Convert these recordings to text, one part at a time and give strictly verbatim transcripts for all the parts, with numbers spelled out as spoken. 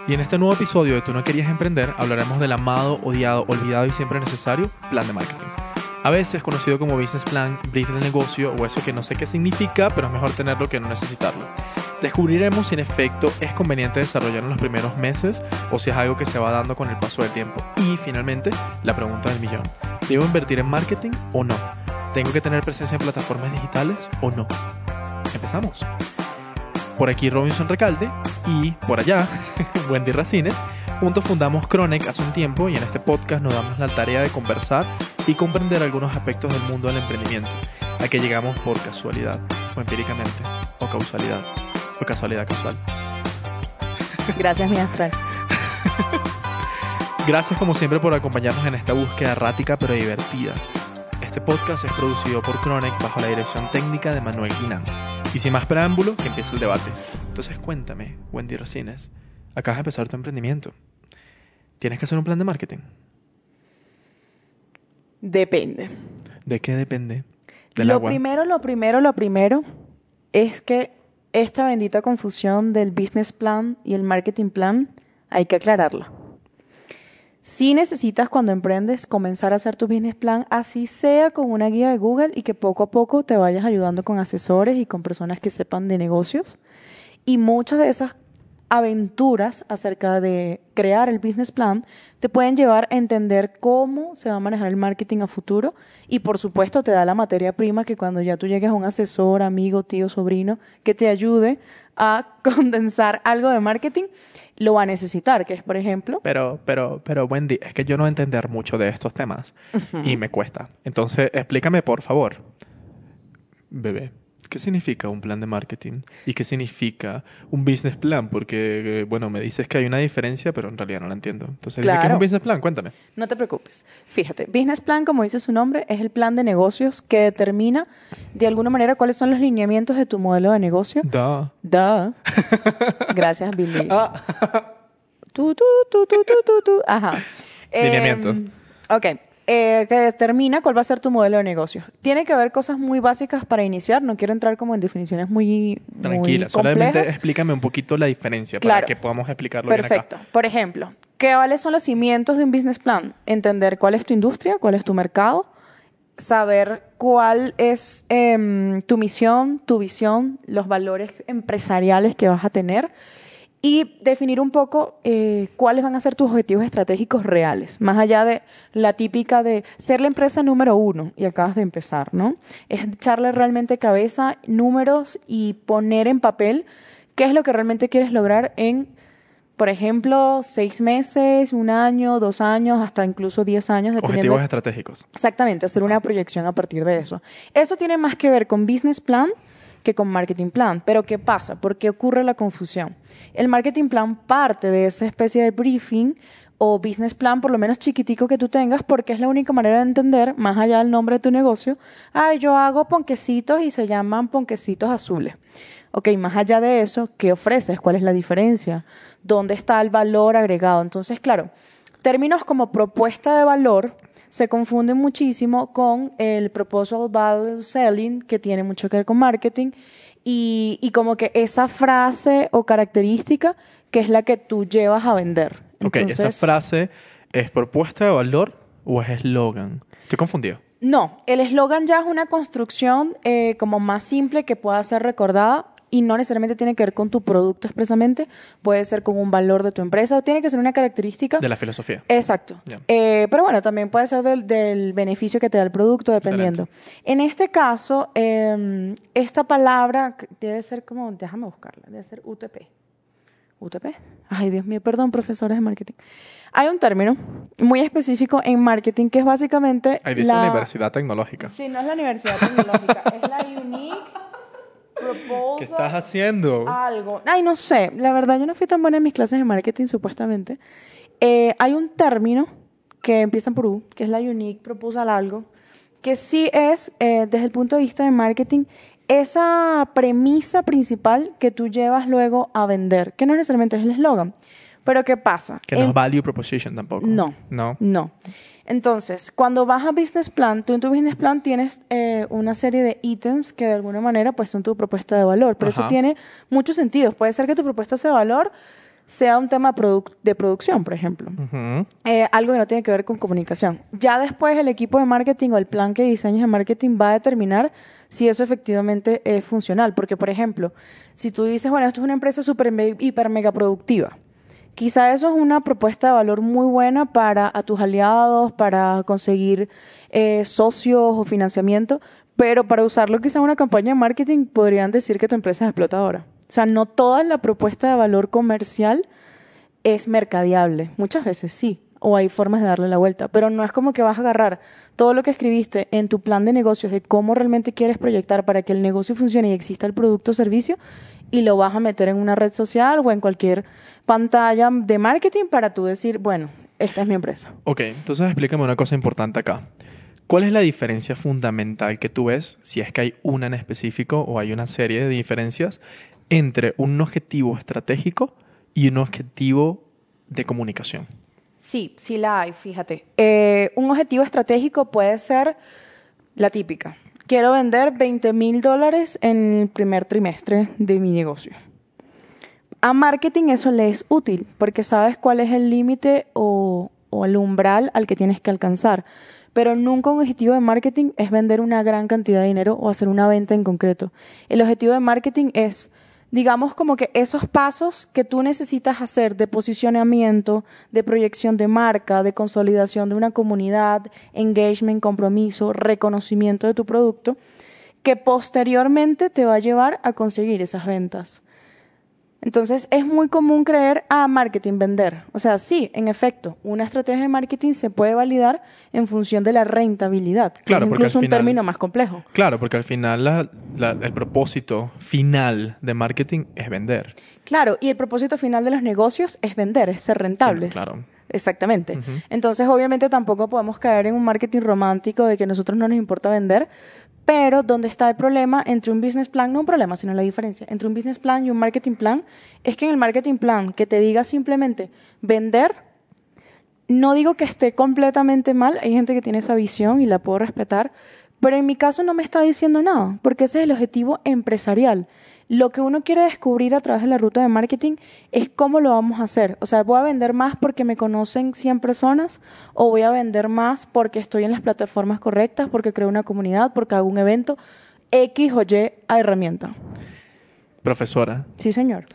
Y en este nuevo episodio de Tú no querías emprender, hablaremos del amado, odiado, olvidado y siempre necesario plan de marketing. A veces conocido como business plan, brief del negocio o eso que no sé qué significa, pero es mejor tenerlo que no necesitarlo. Descubriremos si en efecto es conveniente desarrollarlo en los primeros meses o si es algo que se va dando con el paso del tiempo. Y finalmente, la pregunta del millón. ¿Debo invertir en marketing o no? ¿Tengo que tener presencia en plataformas digitales o no? Empezamos. Por aquí Robinson Recalde y por allá Wendy Racines. Juntos fundamos Chronic hace un tiempo y en este podcast nos damos la tarea de conversar y comprender algunos aspectos del mundo del emprendimiento, a que llegamos por casualidad o empíricamente o causalidad o casualidad casual. Gracias, mi astral. Gracias como siempre por acompañarnos en esta búsqueda errática pero divertida. Este podcast es producido por Chronic bajo la dirección técnica de Manuel Guinán. Y sin más preámbulo, que empiece el debate. Entonces cuéntame, Wendy Racines, acabas de empezar tu emprendimiento. ¿Tienes que hacer un plan de marketing? Depende. ¿De qué depende? ¿Del Lo agua? primero, lo primero, lo primero es que esta bendita confusión del business plan y el marketing plan hay que aclararla. Si necesitas cuando emprendes comenzar a hacer tu business plan, así sea con una guía de Google y que poco a poco te vayas ayudando con asesores y con personas que sepan de negocios. Y muchas de esas aventuras acerca de crear el business plan te pueden llevar a entender cómo se va a manejar el marketing a futuro y por supuesto te da la materia prima que cuando ya tú llegues a un asesor, amigo, tío, sobrino que te ayude a condensar algo de marketing, lo va a necesitar, que es por ejemplo... Pero, pero, pero Wendy, es que yo no entender mucho de estos temas uh-huh. y me cuesta. Entonces, explícame por favor, bebé. ¿Qué significa un plan de marketing? ¿Y qué significa un business plan? Porque, bueno, me dices que hay una diferencia, pero en realidad no la entiendo. Entonces, claro. ¿qué es un business plan? Cuéntame. No te preocupes. Fíjate, business plan, como dice su nombre, es el plan de negocios que determina de alguna manera cuáles son los lineamientos de tu modelo de negocio. Da. Da. Gracias, Billy. Ah. Tú, tú, tú, tú, tú, tú, tú. Ajá. Lineamientos. Eh, ok. Eh, que determina cuál va a ser tu modelo de negocio. Tiene que haber cosas muy básicas para iniciar. No quiero entrar como en definiciones muy, Tranquila, muy solamente complejas. explícame un poquito la diferencia claro. para que podamos explicarlo Perfecto. bien acá. Por ejemplo, ¿cuáles son los cimientos de un business plan? Entender cuál es tu industria, cuál es tu mercado, saber cuál es eh, tu misión, tu visión, los valores empresariales que vas a tener y definir un poco eh, cuáles van a ser tus objetivos estratégicos reales, más allá de la típica de ser la empresa número uno y acabas de empezar, ¿no? Es echarle realmente cabeza, números y poner en papel qué es lo que realmente quieres lograr en, por ejemplo, seis meses, un año, dos años, hasta incluso diez años. Objetivos estratégicos. Exactamente, hacer una proyección a partir de eso. Eso tiene más que ver con business plan que con marketing plan. Pero ¿qué pasa? ¿Por qué ocurre la confusión? El marketing plan parte de esa especie de briefing o business plan, por lo menos chiquitico que tú tengas, porque es la única manera de entender, más allá del nombre de tu negocio, ay, yo hago ponquecitos y se llaman ponquecitos azules. Ok, más allá de eso, ¿qué ofreces? ¿Cuál es la diferencia? ¿Dónde está el valor agregado? Entonces, claro, términos como propuesta de valor se confunden muchísimo con el proposal value selling, que tiene mucho que ver con marketing, y, y como que esa frase o característica que es la que tú llevas a vender. Ok, Entonces, ¿esa frase es propuesta de valor o es eslogan? Estoy confundido. No, el eslogan ya es una construcción eh, como más simple que pueda ser recordada y no necesariamente tiene que ver con tu producto expresamente, puede ser con un valor de tu empresa, o tiene que ser una característica de la filosofía. Exacto. Yeah. Eh, pero bueno, también puede ser del, del beneficio que te da el producto, dependiendo. Excelente. En este caso, eh, esta palabra debe ser como, déjame buscarla, debe ser U T P. ¿U T P? Ay, Dios mío, perdón, profesores de marketing. Hay un término muy específico en marketing que es básicamente Ahí dice la... Universidad Tecnológica. Sí, no es la Universidad Tecnológica, es la Unique Proposal... ¿Qué estás haciendo? Algo. Ay, no sé. La verdad, yo no fui tan buena en mis clases de marketing, supuestamente. Eh, hay un término que empieza por U, que es la Unique Proposal algo, que sí es, eh, desde el punto de vista de marketing, esa premisa principal que tú llevas luego a vender, que no necesariamente es el eslogan. Pero ¿qué pasa? Que no En... es value proposition tampoco. No. No. No. Entonces, cuando vas a business plan, tú en tu business plan tienes eh, una serie de ítems que de alguna manera pues son tu propuesta de valor. Pero Ajá. eso tiene muchos sentidos. Puede ser que tu propuesta sea de valor sea un tema produ- de producción, por ejemplo. Ujú. Eh, algo que no tiene que ver con comunicación. Ya después el equipo de marketing o el plan que diseñes de marketing va a determinar si eso efectivamente es funcional. Porque, por ejemplo, si tú dices, bueno, esto es una empresa súper me- hiper mega productiva, quizá eso es una propuesta de valor muy buena para a tus aliados, para conseguir eh, socios o financiamiento, pero para usarlo quizá en una campaña de marketing podrían decir que tu empresa es explotadora. O sea, no toda la propuesta de valor comercial es mercadeable. Muchas veces sí, o hay formas de darle la vuelta, pero no es como que vas a agarrar todo lo que escribiste en tu plan de negocios de cómo realmente quieres proyectar para que el negocio funcione y exista el producto o servicio y lo vas a meter en una red social o en cualquier pantalla de marketing para tú decir, bueno, esta es mi empresa. Ok, entonces explícame una cosa importante acá. ¿Cuál es la diferencia fundamental que tú ves, si es que hay una en específico o hay una serie de diferencias, entre un objetivo estratégico y un objetivo de comunicación? Sí, sí la hay, fíjate. Eh, un objetivo estratégico puede ser la típica. Quiero vender veinte mil dólares en el primer trimestre de mi negocio. A marketing eso le es útil porque sabes cuál es el límite o, o el umbral al que tienes que alcanzar. Pero nunca un objetivo de marketing es vender una gran cantidad de dinero o hacer una venta en concreto. El objetivo de marketing es, digamos, como que esos pasos que tú necesitas hacer de posicionamiento, de proyección de marca, de consolidación de una comunidad, engagement, compromiso, reconocimiento de tu producto, que posteriormente te va a llevar a conseguir esas ventas. Entonces, es muy común creer, ah, marketing, vender. O sea, sí, en efecto, una estrategia de marketing se puede validar en función de la rentabilidad, que Claro, es porque al incluso un final- término más complejo. Claro, porque al final la- la- el propósito final de marketing es vender. Claro, y el propósito final de los negocios es vender, es ser rentables. Sí, claro. Exactamente. Ujú. Entonces, obviamente, tampoco podemos caer en un marketing romántico de que a nosotros no nos importa vender, pero donde está el problema entre un business plan, no un problema, sino la diferencia entre un business plan y un marketing plan, es que en el marketing plan que te diga simplemente vender, no digo que esté completamente mal, hay gente que tiene esa visión y la puedo respetar, pero en mi caso no me está diciendo nada, porque ese es el objetivo empresarial. Lo que uno quiere descubrir a través de la ruta de marketing es cómo lo vamos a hacer. O sea, ¿voy a vender más porque me conocen cien personas o voy a vender más porque estoy en las plataformas correctas, porque creo una comunidad, porque hago un evento? X o Y a herramienta. Profesora, Sí, señor.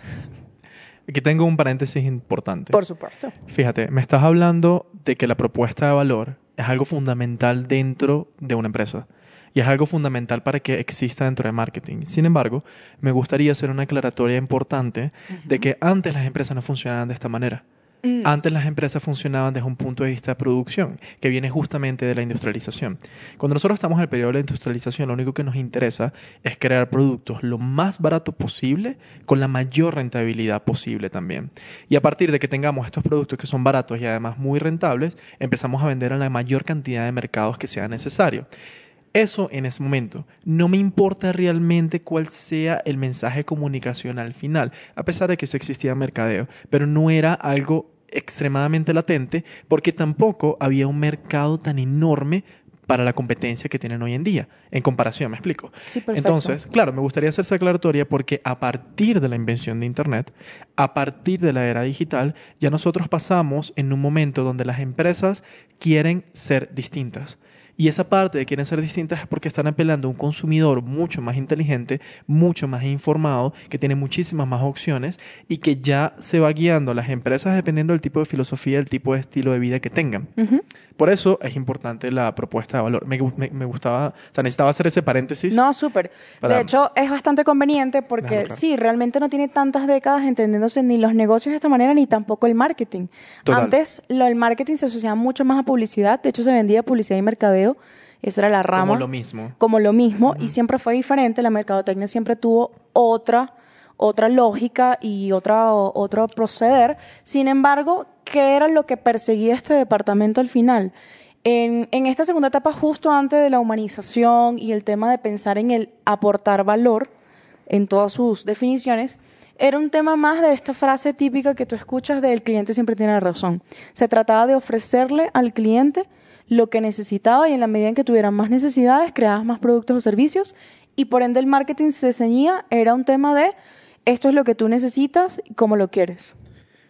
aquí tengo un paréntesis importante. Por supuesto. Fíjate, me estás hablando de que la propuesta de valor es algo fundamental dentro de una empresa y es algo fundamental para que exista dentro de marketing. Sin embargo, me gustaría hacer una aclaratoria importante de que antes las empresas no funcionaban de esta manera. Mm. Antes las empresas funcionaban desde un punto de vista de producción, que viene justamente de la industrialización. Cuando nosotros estamos en el periodo de la industrialización, lo único que nos interesa es crear productos lo más barato posible, con la mayor rentabilidad posible también. Y a partir de que tengamos estos productos que son baratos y además muy rentables, empezamos a vender a la mayor cantidad de mercados que sea necesario. Eso en ese momento. No me importa realmente cuál sea el mensaje comunicacional final, a pesar de que sí existía mercadeo, pero no era algo extremadamente latente porque tampoco había un mercado tan enorme para la competencia que tienen hoy en día. En comparación, ¿me explico? Sí, perfecto. Entonces, claro, me gustaría hacer esa aclaratoria porque a partir de la invención de Internet, a partir de la era digital, ya nosotros pasamos en un momento donde las empresas quieren ser distintas. Y esa parte de quieren ser distintas es porque están apelando a un consumidor mucho más inteligente, mucho más informado, que tiene muchísimas más opciones y que ya se va guiando a las empresas dependiendo del tipo de filosofía, del tipo de estilo de vida que tengan. Ujú. Por eso es importante la propuesta de valor. Me, gu- me, me gustaba, o sea, necesitaba hacer ese paréntesis. No, súper. Para- De hecho, es bastante conveniente porque Déjalo claro. sí, realmente no tiene tantas décadas entendiéndose ni los negocios de esta manera ni tampoco el marketing. Total. Antes, lo, el marketing se asociaba mucho más a publicidad. De hecho, se vendía publicidad y mercadeo. Esa era la rama. Como lo mismo. Como lo mismo. Y siempre fue diferente. La mercadotecnia siempre tuvo otra, otra lógica y otra, o- otro proceder. Sin embargo, ¿qué era lo que perseguía este departamento al final? En, en esta segunda etapa, justo antes de la humanización y el tema de pensar en el aportar valor en todas sus definiciones, era un tema más de esta frase típica que tú escuchas de el cliente siempre tiene la razón. Se trataba de ofrecerle al cliente lo que necesitaba y en la medida en que tuvieran más necesidades, creabas más productos o servicios y por ende el marketing se ceñía, era un tema de esto es lo que tú necesitas y cómo lo quieres.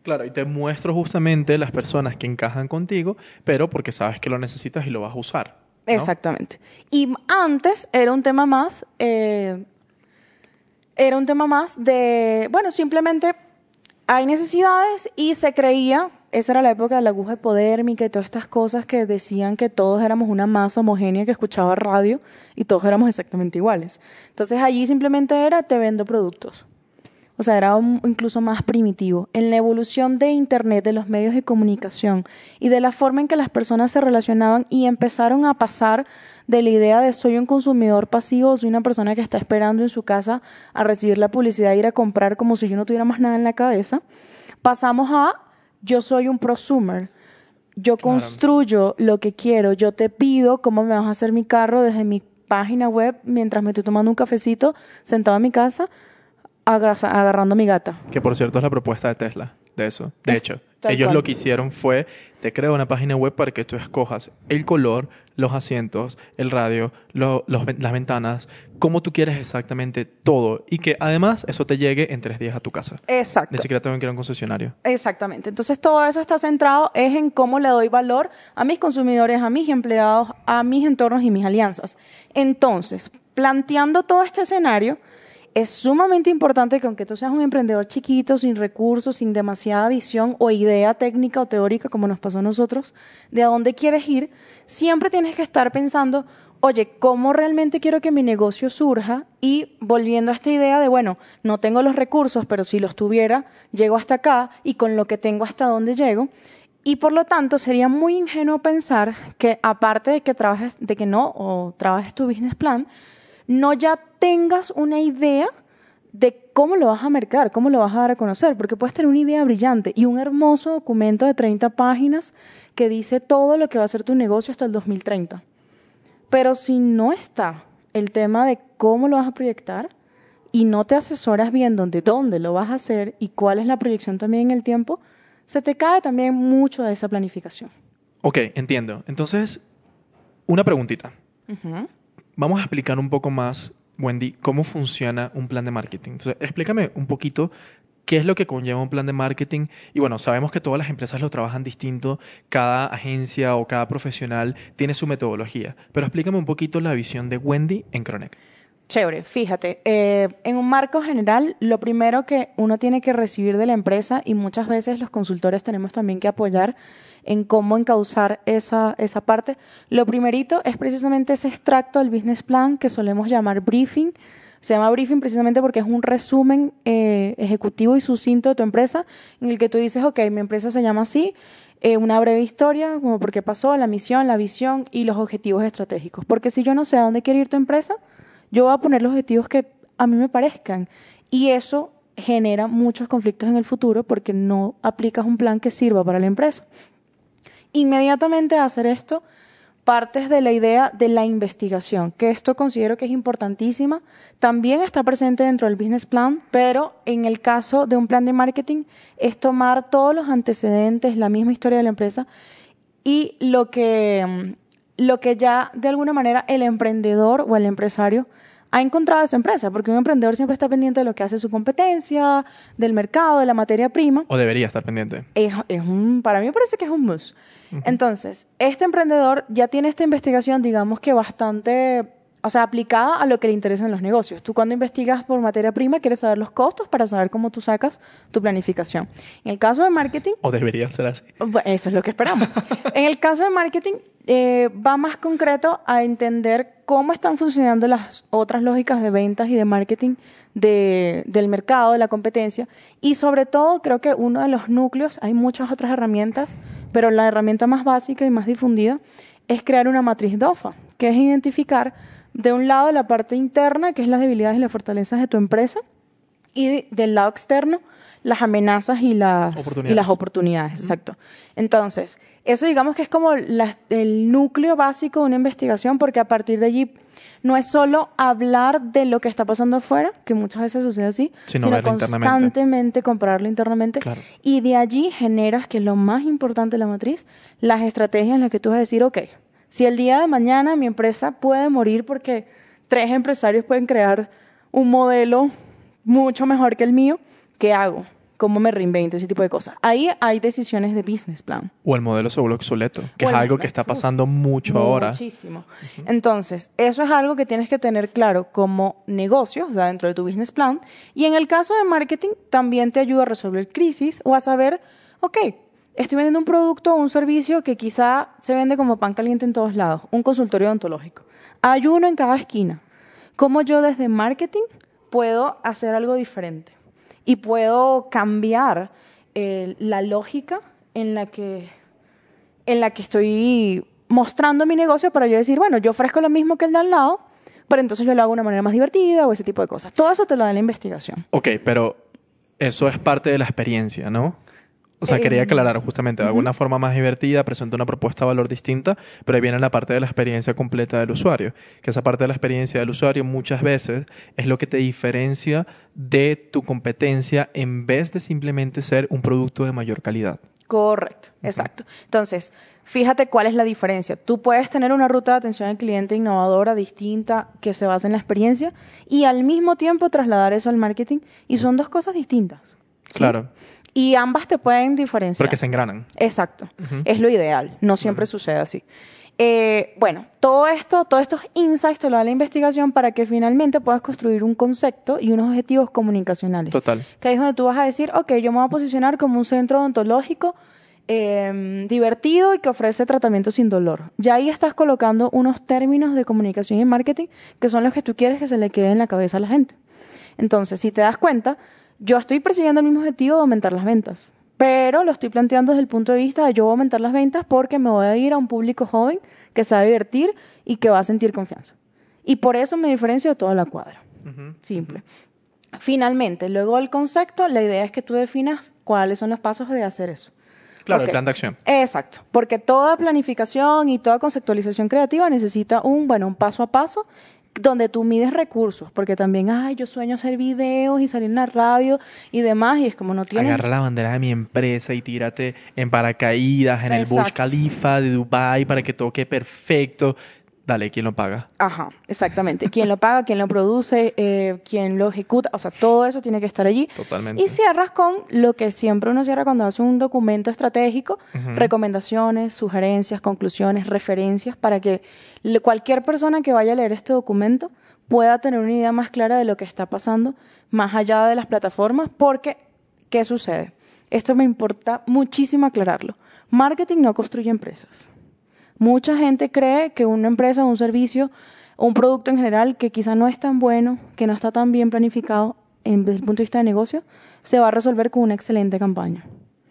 Claro, y te muestro justamente las personas que encajan contigo, pero porque sabes que lo necesitas y lo vas a usar, ¿no? Exactamente. Y antes era un tema más, eh, era un tema más de, bueno, simplemente hay necesidades y se creía, esa era la época de la aguja hipodérmica y todas estas cosas que decían que todos éramos una masa homogénea que escuchaba radio y todos éramos exactamente iguales. Entonces allí simplemente era, te vendo productos. O sea, era un, incluso más primitivo. En la evolución de Internet, de los medios de comunicación y de la forma en que las personas se relacionaban y empezaron a pasar de la idea de soy un consumidor pasivo, soy una persona que está esperando en su casa a recibir la publicidad e ir a comprar como si yo no tuviera más nada en la cabeza, pasamos a yo soy un prosumer. Yo Claro. construyo lo que quiero, yo te pido cómo me vas a hacer mi carro desde mi página web mientras me estoy tomando un cafecito sentado en mi casa agra- agarrando a mi gata. Que por cierto es la propuesta de Tesla, de eso. De Es hecho, tal ellos cual. lo que hicieron fue, te creo una página web para que tú escojas el color, los asientos, el radio, lo- los ven- las ventanas, cómo tú quieres exactamente todo. Y que además eso te llegue en tres días a tu casa. Exacto. Ni siquiera tengo que ir a un concesionario. Exactamente. Entonces todo eso está centrado es en cómo le doy valor a mis consumidores, a mis empleados, a mis entornos y mis alianzas. Entonces, planteando todo este escenario, es sumamente importante que aunque tú seas un emprendedor chiquito, sin recursos, sin demasiada visión o idea técnica o teórica, como nos pasó a nosotros, de a dónde quieres ir, siempre tienes que estar pensando, oye, ¿cómo realmente quiero que mi negocio surja? Y volviendo a esta idea de, bueno, no tengo los recursos, pero si los tuviera, llego hasta acá y con lo que tengo hasta dónde llego. Y por lo tanto, sería muy ingenuo pensar que aparte de que trabajes, de que no, o trabajes tu business plan, no ya tengas una idea de cómo lo vas a mercar, cómo lo vas a dar a conocer, porque puedes tener una idea brillante y un hermoso documento de treinta páginas que dice todo lo que va a ser tu negocio hasta el dos mil treinta. Pero si no está el tema de cómo lo vas a proyectar y no te asesoras bien de dónde lo vas a hacer y cuál es la proyección también en el tiempo, se te cae también mucho de esa planificación. Ok, entiendo. Entonces, una preguntita. Uh-huh. Vamos a explicar un poco más, Wendy, cómo funciona un plan de marketing. Entonces, explícame un poquito qué es lo que conlleva un plan de marketing. Y bueno, sabemos que todas las empresas lo trabajan distinto, cada agencia o cada profesional tiene su metodología. Pero explícame un poquito la visión de Wendy en Cronec. Chévere, fíjate, eh, en un marco general, lo primero que uno tiene que recibir de la empresa, y muchas veces los consultores tenemos también que apoyar en cómo encauzar esa, esa parte, lo primerito es precisamente ese extracto del business plan que solemos llamar briefing. Se llama briefing precisamente porque es un resumen eh, ejecutivo y sucinto de tu empresa, en el que tú dices, ok, mi empresa se llama así, eh, una breve historia, como por qué pasó, la misión, la visión y los objetivos estratégicos. Porque si yo no sé a dónde quiere ir tu empresa, yo voy a poner los objetivos que a mí me parezcan. Y eso genera muchos conflictos en el futuro porque no aplicas un plan que sirva para la empresa. Inmediatamente a hacer esto, partes de la idea de la investigación, que esto considero que es importantísima. También está presente dentro del business plan, pero en el caso de un plan de marketing es tomar todos los antecedentes, la misma historia de la empresa y lo que... lo que ya de alguna manera el emprendedor o el empresario ha encontrado de su empresa, porque un emprendedor siempre está pendiente de lo que hace su competencia, del mercado, de la materia prima. O debería estar pendiente. Es, es un, para mí me parece que es un must. Uh-huh. Entonces, este emprendedor ya tiene esta investigación, digamos que bastante, o sea, aplicada a lo que le interesa en los negocios. Tú cuando investigas por materia prima quieres saber los costos para saber cómo tú sacas tu planificación. En el caso de marketing... O debería ser así. Bueno, eso es lo que esperamos. En el caso de marketing... Eh, va más concreto a entender cómo están funcionando las otras lógicas de ventas y de marketing de, del mercado, de la competencia. Y sobre todo, creo que uno de los núcleos, hay muchas otras herramientas, pero la herramienta más básica y más difundida es crear una matriz D O F A, que es identificar de un lado la parte interna, que es las debilidades y las fortalezas de tu empresa, y de, del lado externo, las amenazas y las oportunidades. Y las oportunidades, uh-huh. Exacto. Entonces, eso digamos que es como la, el núcleo básico de una investigación, porque a partir de allí no es solo hablar de lo que está pasando afuera, que muchas veces sucede así, sino, sino constantemente compararlo internamente. Claro. Y de allí generas, que es lo más importante de la matriz, las estrategias en las que tú vas a decir, ok, si el día de mañana mi empresa puede morir porque tres empresarios pueden crear un modelo mucho mejor que el mío, ¿qué hago? cómo me reinvento, ese tipo de cosas. Ahí hay decisiones de business plan. O el modelo se vuelve obsoleto, que O es el- algo que está pasando mucho ahora. Muchísimo. Entonces, eso es algo que tienes que tener claro como negocio, o sea, dentro de tu business plan. Y en el caso de marketing, también te ayuda a resolver crisis o a saber, ok, estoy vendiendo un producto o un servicio que quizá se vende como pan caliente en todos lados, un consultorio odontológico. Hay uno en cada esquina. ¿Cómo yo desde marketing puedo hacer algo diferente? Y puedo cambiar eh, la lógica en la que, en la que estoy mostrando mi negocio para yo decir, bueno, yo ofrezco lo mismo que el de al lado, pero entonces yo lo hago de una manera más divertida o ese tipo de cosas. Todo eso te lo da la investigación. Ok, pero eso es parte de la experiencia, ¿no? O sea, Eh, quería aclarar justamente, de ujú. alguna forma más divertida, presenta una propuesta de valor distinta, pero ahí viene la parte de la experiencia completa del usuario. Que esa parte de la experiencia del usuario muchas veces es lo que te diferencia de tu competencia en vez de simplemente ser un producto de mayor calidad. Correcto, exacto. Entonces, fíjate cuál es la diferencia. Tú puedes tener una ruta de atención al cliente innovadora, distinta, que se basa en la experiencia, y al mismo tiempo trasladar eso al marketing, y son dos cosas distintas. ¿sí? Claro, Y ambas te pueden diferenciar. porque se engranan. Exacto. Es lo ideal. No siempre sucede así. Eh, bueno, todo esto, todos estos insights te lo da la investigación para que finalmente puedas construir un concepto y unos objetivos comunicacionales. Total. Que ahí es donde tú vas a decir, ok, yo me voy a posicionar como un centro odontológico eh, divertido y que ofrece tratamiento sin dolor. Ya ahí estás colocando unos términos de comunicación y marketing que son los que tú quieres que se le quede en la cabeza a la gente. Entonces, si te das cuenta, yo estoy persiguiendo el mismo objetivo de aumentar las ventas, pero lo estoy planteando desde el punto de vista de yo voy a aumentar las ventas porque me voy a ir a un público joven que se va a divertir y que va a sentir confianza. Y por eso me diferencio de toda la cuadra. Ujú. Simple. Finalmente, luego del concepto, la idea es que tú definas cuáles son los pasos de hacer eso. Claro, Ok. el plan de acción. Exacto, porque toda planificación y toda conceptualización creativa necesita un, bueno, un paso a paso donde tú mides recursos, porque también, ay, yo sueño hacer videos y salir en la radio y demás, y es como no tienes... Agarra la bandera de mi empresa y tírate en paracaídas en el Burj Exacto. Khalifa de Dubái para que todo quede perfecto. Dale, ¿quién lo paga? Ajá, exactamente. ¿Quién lo paga? ¿Quién lo produce? Eh, ¿Quién lo ejecuta? O sea, todo eso tiene que estar allí. Totalmente. Y cierras con lo que siempre uno cierra cuando hace un documento estratégico, Ujú. recomendaciones, sugerencias, conclusiones, referencias, para que le- cualquier persona que vaya a leer este documento pueda tener una idea más clara de lo que está pasando más allá de las plataformas, porque, ¿qué sucede? Esto me importa muchísimo aclararlo. Marketing no construye empresas. Mucha gente cree que una empresa o un servicio o un producto en general que quizá no es tan bueno, que no está tan bien planificado en- desde el punto de vista de negocio, se va a resolver con una excelente campaña.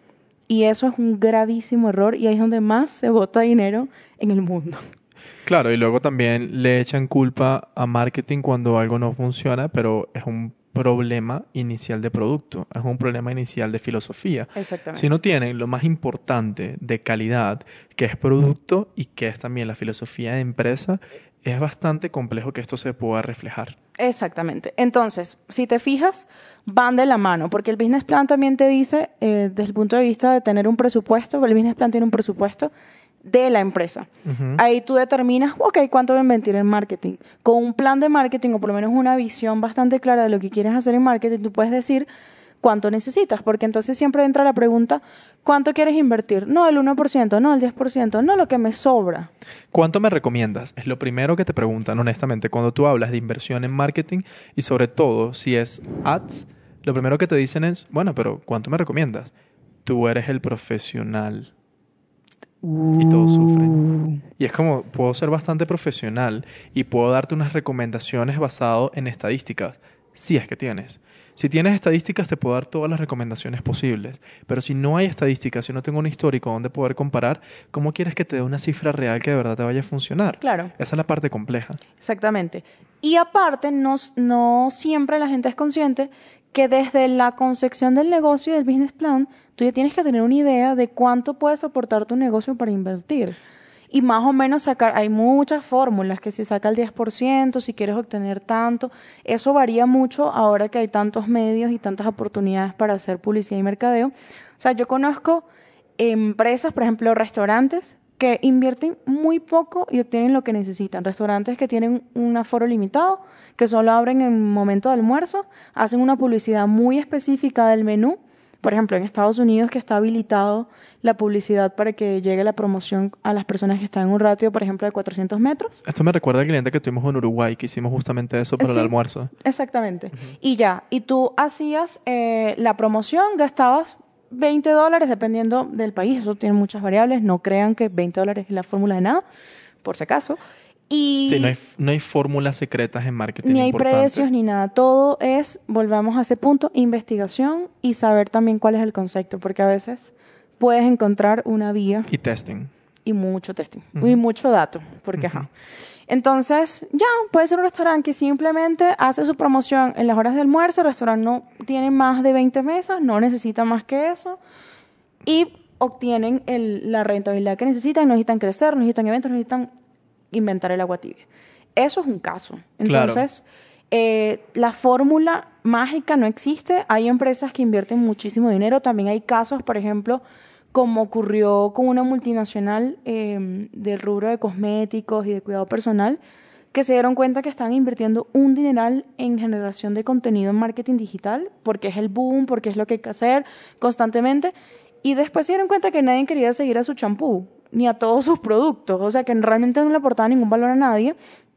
Y eso es un gravísimo error y ahí es donde más se bota dinero en el mundo. Claro, y luego también le echan culpa a marketing cuando algo no funciona, pero es un problema inicial de producto, es un problema inicial de filosofía. Exactamente. Si no tienen lo más importante de calidad, que es producto y que es también la filosofía de empresa, es bastante complejo que esto se pueda reflejar. Exactamente. Entonces, si te fijas, van de la mano, porque el business plan también te dice, eh, desde el punto de vista de tener un presupuesto, el business plan tiene un presupuesto de la empresa. Ujú. Ahí tú determinas, ok, ¿cuánto voy a invertir en marketing? Con un plan de marketing o por lo menos una visión bastante clara de lo que quieres hacer en marketing, tú puedes decir cuánto necesitas, porque entonces siempre entra la pregunta, ¿cuánto quieres invertir? No, el uno por ciento, no, el diez por ciento, no, lo que me sobra. ¿Cuánto me recomiendas? Es lo primero que te preguntan, honestamente, cuando tú hablas de inversión en marketing y sobre todo si es ads, lo primero que te dicen es, bueno, pero ¿cuánto me recomiendas? Tú eres el profesional. Y todos sufren. Y es como, puedo ser bastante profesional y puedo darte unas recomendaciones basado en estadísticas, si es que tienes. Si tienes estadísticas, te puedo dar todas las recomendaciones posibles. Pero si no hay estadísticas, si no tengo un histórico donde poder comparar, ¿cómo quieres que te dé una cifra real que de verdad te vaya a funcionar? Claro. Esa es la parte compleja. Exactamente. Y aparte, no, no siempre la gente es consciente que desde la concepción del negocio y del business plan, tú ya tienes que tener una idea de cuánto puede soportar tu negocio para invertir. Y más o menos sacar, hay muchas fórmulas, que si saca el diez por ciento, si quieres obtener tanto, eso varía mucho ahora que hay tantos medios y tantas oportunidades para hacer publicidad y mercadeo. O sea, yo conozco empresas, por ejemplo, restaurantes, que invierten muy poco y obtienen lo que necesitan. Restaurantes que tienen un aforo limitado, que solo abren en momento de almuerzo, hacen una publicidad muy específica del menú Por ejemplo, en Estados Unidos que está habilitado la publicidad para que llegue la promoción a las personas que están en un ratio, por ejemplo, de cuatrocientos metros. Esto me recuerda al cliente que tuvimos en Uruguay, que hicimos justamente eso para Sí, el almuerzo. Exactamente. Uh-huh. Y ya, y tú hacías eh, la promoción, gastabas veinte dólares dependiendo del país. Eso tiene muchas variables. No crean que veinte dólares es la fórmula de nada, por si acaso. Y sí, no hay, no hay fórmulas secretas en marketing. Ni hay importante. precios ni nada. Todo es, volvamos a ese punto, investigación y saber también cuál es el concepto. Porque a veces puedes encontrar una vía. Y testing. Y mucho testing. Uh-huh. Y mucho dato. Porque, uh-huh. ajá. Entonces, ya, puede ser un restaurante que simplemente hace su promoción en las horas de almuerzo. El restaurante no tiene más de veinte mesas, no necesita más que eso. Y obtienen el, la rentabilidad que necesitan. No necesitan crecer, no necesitan eventos, no necesitan inventar el agua tibia. Eso es un caso. Entonces, claro. eh, la fórmula mágica no existe. Hay empresas que invierten muchísimo dinero. También hay casos, por ejemplo, como ocurrió con una multinacional eh, del rubro de cosméticos y de cuidado personal, que se dieron cuenta que estaban invirtiendo un dineral en generación de contenido en marketing digital, porque es el boom, porque es lo que hay que hacer constantemente, y después se dieron cuenta que nadie quería seguir a su champú, ni a todos sus productos, o sea que realmente no le aportaba ningún valor a nadie.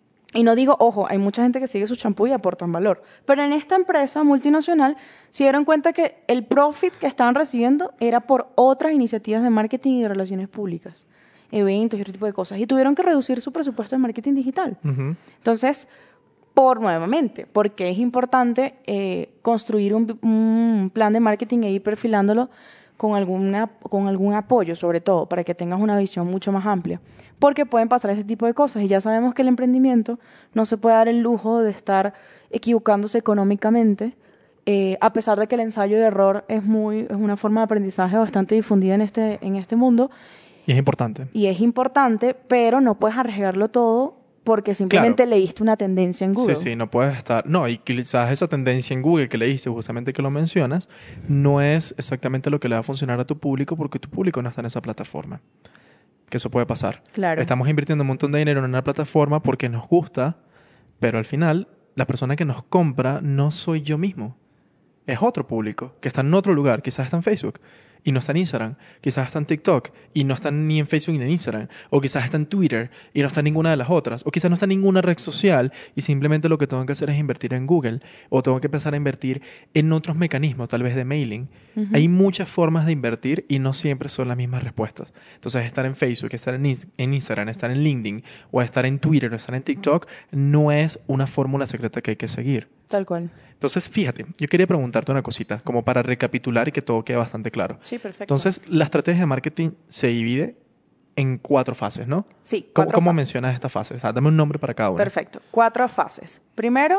Y no digo, ojo, hay mucha gente que sigue su champú y aportan valor, pero en esta empresa multinacional se dieron cuenta que el profit que estaban recibiendo era por otras iniciativas de marketing y de relaciones públicas, eventos y otro tipo de cosas, y tuvieron que reducir su presupuesto de marketing digital. Uh-huh. Entonces, por nuevamente, porque es importante eh, construir un, un plan de marketing e ir perfilándolo con, alguna, con algún apoyo, sobre todo, para que tengas una visión mucho más amplia. Porque pueden pasar ese tipo de cosas. Y ya sabemos que el emprendimiento no se puede dar el lujo de estar equivocándose económicamente, eh, a pesar de que el ensayo de error es, muy, es una forma de aprendizaje bastante difundida en este, en este mundo. Y es importante. Y es importante, pero no puedes arriesgarlo todo porque simplemente claro. leíste una tendencia en Google. Sí, sí, no puedes estar... No, y quizás esa tendencia en Google que leíste, justamente que lo mencionas, no es exactamente lo que le va a funcionar a tu público porque tu público no está en esa plataforma. Que eso puede pasar. Claro. Estamos invirtiendo un montón de dinero en una plataforma porque nos gusta, pero al final la persona que nos compra no soy yo mismo. Es otro público que está en otro lugar, quizás está en Facebook y no está en Instagram, quizás está en TikTok y no está ni en Facebook ni en Instagram, o quizás está en Twitter y no está en ninguna de las otras, o quizás no está en ninguna red social y simplemente lo que tengo que hacer es invertir en Google, o tengo que empezar a invertir en otros mecanismos, tal vez de mailing. Uh-huh. Hay muchas formas de invertir y no siempre son las mismas respuestas. Entonces, estar en Facebook, estar en, en Instagram, estar en LinkedIn, o estar en Twitter, o estar en TikTok, no es una fórmula secreta que hay que seguir. Tal cual. Entonces, fíjate, yo quería preguntarte una cosita, como para recapitular y que todo quede bastante claro. Sí, perfecto. Entonces, la estrategia de marketing se divide en cuatro fases, ¿no? Sí, ¿Cómo, cuatro ¿cómo fases. mencionas esta fase? O sea, dame un nombre para cada una. Perfecto. Cuatro fases. Primero,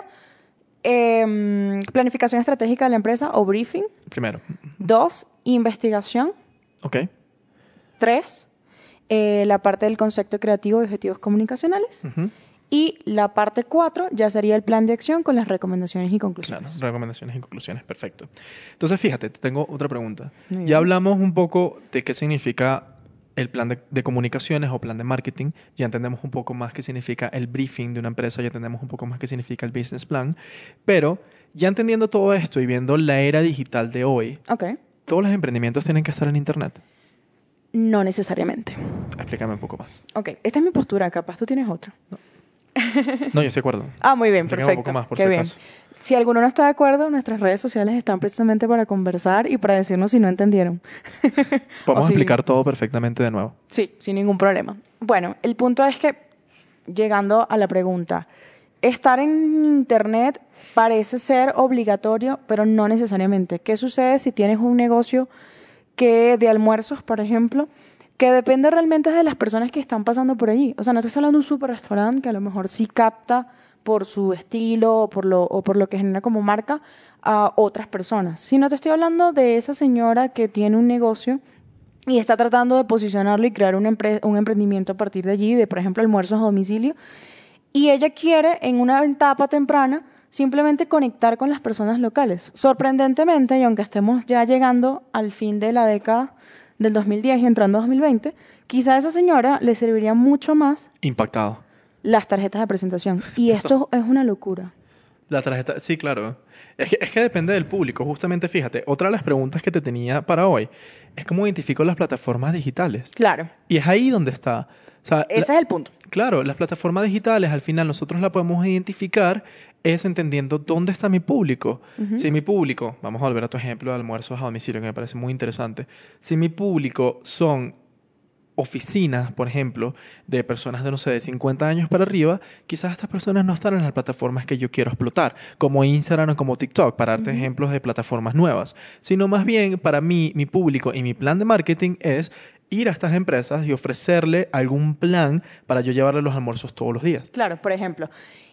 eh, planificación estratégica de la empresa o briefing. Primero. Dos, investigación. Ok. Tres, eh, la parte del concepto creativo y objetivos comunicacionales. Uh-huh. Y la parte cuatro ya sería el plan de acción con las recomendaciones y conclusiones. Claro, recomendaciones y conclusiones, perfecto. Entonces, fíjate, te tengo otra pregunta. Ya hablamos un poco de qué significa el plan de, de comunicaciones o plan de marketing. Ya entendemos un poco más qué significa el briefing de una empresa, ya entendemos un poco más qué significa el business plan. Pero ya entendiendo todo esto y viendo la era digital de hoy, okay. ¿todos los emprendimientos tienen que estar en Internet? No necesariamente. Explícame un poco más. Ok, esta es mi postura, capaz tú tienes otra. No. No, yo estoy de acuerdo. Ah, muy bien, perfecto. Un poco más, por Qué si bien. Acaso. Si alguno no está de acuerdo, nuestras redes sociales están precisamente para conversar y para decirnos si no entendieron. Podemos si... explicar todo perfectamente de nuevo. Sí, sin ningún problema. Bueno, el punto es que, llegando a la pregunta, estar en Internet parece ser obligatorio, pero no necesariamente. ¿Qué sucede si tienes un negocio que de almuerzos, por ejemplo, que depende realmente de las personas que están pasando por allí? O sea, no estoy hablando de un super restaurante que a lo mejor sí capta por su estilo o por lo, o por lo que genera como marca a otras personas. Sino te estoy hablando de esa señora que tiene un negocio y está tratando de posicionarlo y crear un, empre- un emprendimiento a partir de allí, de, por ejemplo, almuerzos a domicilio. Y ella quiere, en una etapa temprana, simplemente conectar con las personas locales. Sorprendentemente, y aunque estemos ya llegando al fin de la década del dos mil diez y entrando a dos mil veinte, quizá a esa señora le serviría mucho más impactado las tarjetas de presentación. Y esto es una locura. La tarjeta, sí, claro. Es que, es que depende del público. Justamente, fíjate, otra de las preguntas que te tenía para hoy es cómo identifico las plataformas digitales. Claro. Y es ahí donde está. O sea, Ese la- es el punto. claro, las plataformas digitales, al final nosotros la podemos identificar es entendiendo dónde está mi público. Si mi público, vamos a volver a tu ejemplo de almuerzos a domicilio, que me parece muy interesante. Si mi público son oficinas, por ejemplo, de personas de, no sé, de cincuenta años para arriba, quizás estas personas no están en las plataformas que yo quiero explotar, como Instagram o como TikTok, para darte ejemplos de plataformas nuevas, sino más bien para mí, mi público y mi plan de marketing es ir a estas empresas y ofrecerle algún plan para yo llevarle los almuerzos todos los días. Claro, por ejemplo.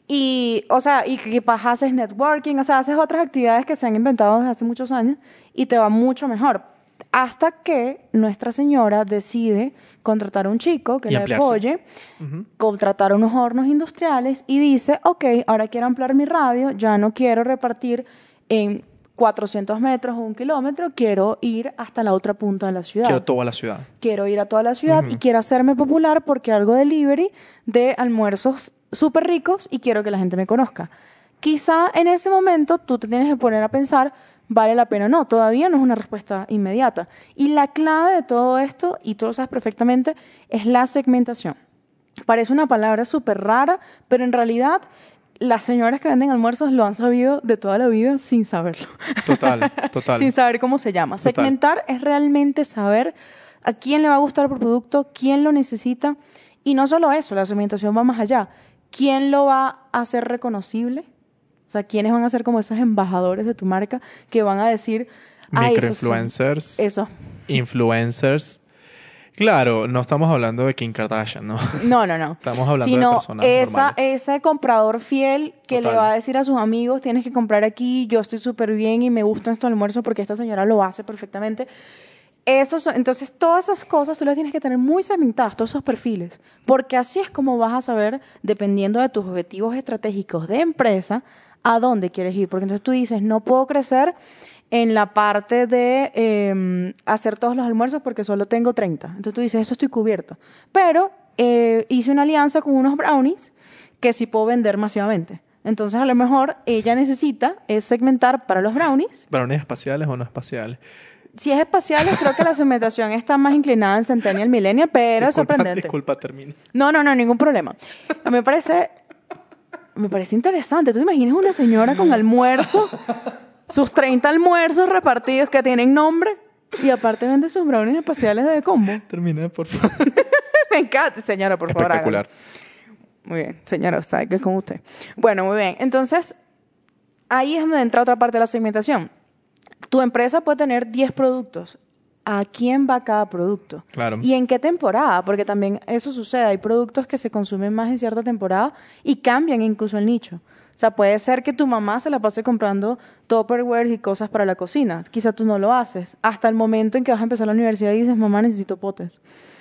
Y, o sea, y que capaz haces networking, o sea, haces otras actividades que se han inventado desde hace muchos años y te va mucho mejor. Hasta que Nuestra Señora decide contratar a un chico que Y le ampliarse. apoye, Ujú. contratar unos hornos industriales y dice, ok, ahora quiero ampliar mi radio, ya no quiero repartir en cuatrocientos metros o un kilómetro, quiero ir hasta la otra punta de la ciudad. Quiero toda la ciudad. Quiero ir a toda la ciudad y quiero hacerme popular porque hago delivery de almuerzos súper ricos y quiero que la gente me conozca. Quizá en ese momento tú te tienes que poner a pensar, ¿vale la pena o no? Todavía no es una respuesta inmediata. Y la clave de todo esto, y tú lo sabes perfectamente, es la segmentación. Parece una palabra súper rara, pero en realidad las señoras que venden almuerzos lo han sabido de toda la vida sin saberlo. Total, total. Sin saber cómo se llama. Total. Segmentar es realmente saber a quién le va a gustar el producto, quién lo necesita. Y no solo eso, la segmentación va más allá. ¿Quién lo va a hacer reconocible? O sea, ¿quiénes van a ser como esos embajadores de tu marca que van a decir... "Ay, esos son-" Microinfluencers. Eso. Influencers. Claro, no estamos hablando de Kim Kardashian, ¿no? No, no, no. Estamos hablando Sino de personas esa, normales. ese comprador fiel que Total. le va a decir a sus amigos, tienes que comprar aquí, yo estoy súper bien y me gustan estos almuerzos porque esta señora lo hace perfectamente. Esos son- entonces, todas esas cosas tú las tienes que tener muy segmentadas, todos esos perfiles, porque así es como vas a saber, dependiendo de tus objetivos estratégicos de empresa, a dónde quieres ir. Porque entonces tú dices, no puedo crecer en la parte de eh, hacer todos los almuerzos porque solo tengo treinta. Entonces tú dices, eso estoy cubierto. Pero eh, hice una alianza con unos brownies que sí puedo vender masivamente. Entonces, a lo mejor ella necesita es segmentar para los brownies. ¿Brownies espaciales o no espaciales? Si es espaciales, creo que la segmentación está más inclinada en Centennial Millennial, pero es Disculpa, sorprendente. disculpa, termino. No, no, no, ningún problema. A mí me parece, me parece interesante. ¿Tú te imaginas una señora con almuerzo, sus treinta almuerzos repartidos que tienen nombre y aparte vende sus brownies espaciales de combo? Termina, por favor. Me encanta, señora, por favor. Espectacular. hágalo. Muy bien, señora, sabe que es con usted. Bueno, muy bien. Entonces, ahí es donde entra otra parte de la segmentación. Tu empresa puede tener diez productos. ¿A quién va cada producto? Claro. ¿Y en qué temporada? Porque también eso sucede. Hay productos que se consumen más en cierta temporada y cambian incluso el nicho. O sea, puede ser que tu mamá se la pase comprando Tupperware y cosas para la cocina. Quizá tú no lo haces. Hasta el momento en que vas a empezar la universidad y dices, mamá, necesito potes.